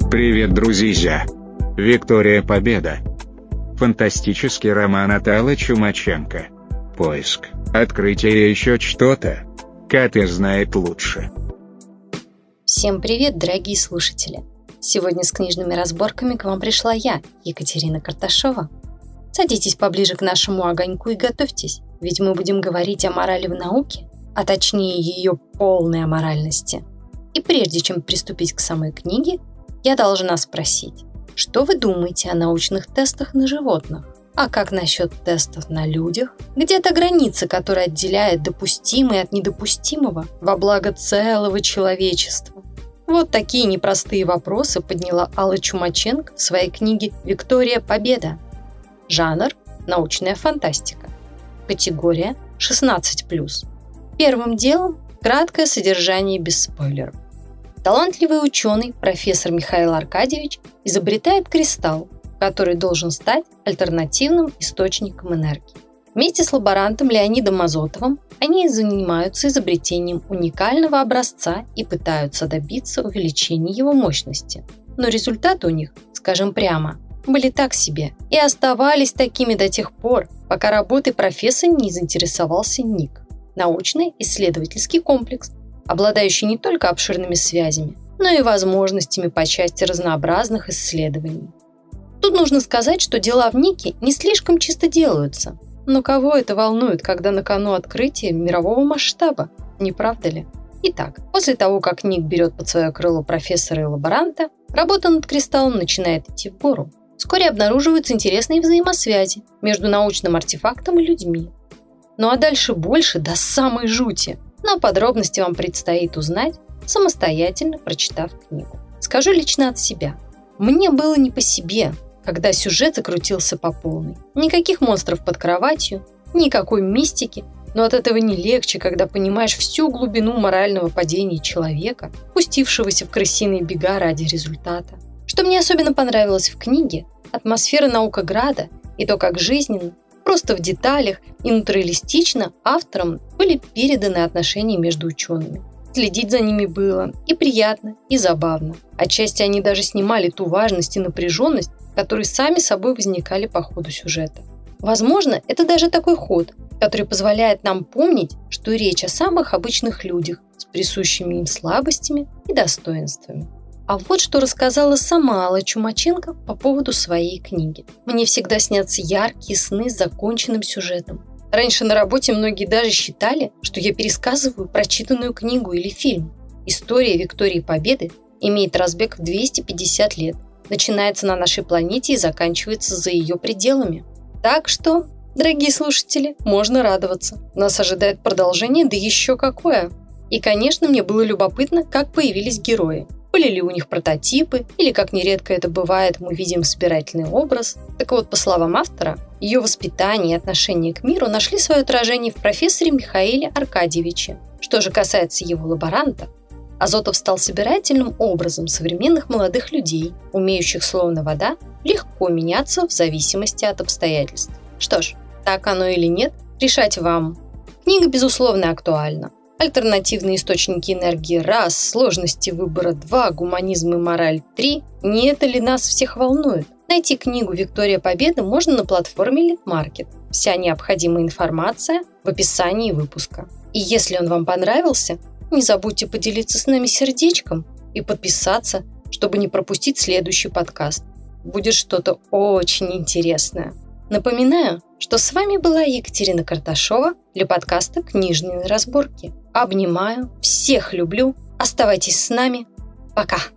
Привет, друзья! Виктория Победа. Фантастический роман от Аллы Чумаченко. Поиск, открытие и еще что-то. Катя знает лучше. Всем привет, дорогие слушатели! Сегодня с книжными разборками к вам пришла я, Екатерина Карташова. Садитесь поближе к нашему огоньку и готовьтесь, ведь мы будем говорить о морали в науке, а точнее ее полной аморальности. И прежде чем приступить к самой книге, я должна спросить, что вы думаете о научных тестах на животных? А как насчет тестов на людях? Где та граница, которая отделяет допустимое от недопустимого во благо целого человечества? Вот такие непростые вопросы подняла Алла Чумаченко в своей книге «Виктория Победа». Жанр – научная фантастика. Категория – 16+. Первым делом – краткое содержание без спойлеров. Талантливый ученый, профессор Михаил Аркадьевич, изобретает кристалл, который должен стать альтернативным источником энергии. Вместе с лаборантом Леонидом Мазотовым они занимаются изобретением уникального образца и пытаются добиться увеличения его мощности. Но результаты у них, скажем прямо, были так себе и оставались такими до тех пор, пока работой профессора не заинтересовался НИК – научно-исследовательский комплекс, обладающий не только обширными связями, но и возможностями по части разнообразных исследований. Тут нужно сказать, что дела в НИКе не слишком чисто делаются, но кого это волнует, когда на кону открытие мирового масштаба, не правда ли? Итак, после того, как НИК берет под свое крыло профессора и лаборанта, работа над кристаллом начинает идти в гору. Вскоре обнаруживаются интересные взаимосвязи между научным артефактом и людьми. Ну а дальше больше до самой жути. Но подробности вам предстоит узнать, самостоятельно прочитав книгу. Скажу лично от себя. Мне было не по себе, когда сюжет закрутился по полной. Никаких монстров под кроватью, никакой мистики, но от этого не легче, когда понимаешь всю глубину морального падения человека, пустившегося в крысиные бега ради результата. Что мне особенно понравилось в книге – атмосфера наукограда и то, как жизненно, просто в деталях и натуралистично авторам были переданы отношения между учеными. Следить за ними было и приятно, и забавно. Отчасти они даже снимали ту важность и напряженность, которые сами собой возникали по ходу сюжета. Возможно, это даже такой ход, который позволяет нам помнить, что речь о самых обычных людях с присущими им слабостями и достоинствами. А вот что рассказала сама Алла Чумаченко по поводу своей книги. «Мне всегда снятся яркие сны с законченным сюжетом. Раньше на работе многие даже считали, что я пересказываю прочитанную книгу или фильм. История Виктории Победы имеет разбег в 250 лет, начинается на нашей планете и заканчивается за ее пределами. Так что, дорогие слушатели, можно радоваться. Нас ожидает продолжение, да еще какое. И, конечно, мне было любопытно, как появились герои. Были ли у них прототипы, или, как нередко это бывает, мы видим собирательный образ. Так вот, по словам автора, ее воспитание и отношение к миру нашли свое отражение в профессоре Михаиле Аркадьевиче. Что же касается его лаборанта, Азотов стал собирательным образом современных молодых людей, умеющих, словно вода, легко меняться в зависимости от обстоятельств. Что ж, так оно или нет, решать вам. Книга, безусловно, актуальна. Альтернативные источники энергии – раз, сложности выбора – 2, гуманизм и мораль – 3. Не это ли нас всех волнует? Найти книгу «Виктория Победа» можно на платформе Литмаркет. Вся необходимая информация в описании выпуска. И если он вам понравился, не забудьте поделиться с нами сердечком и подписаться, чтобы не пропустить следующий подкаст. Будет что-то очень интересное. Напоминаю, что с вами была Екатерина Карташова для подкаста «Книжные разборки». Обнимаю, всех люблю, оставайтесь с нами, пока!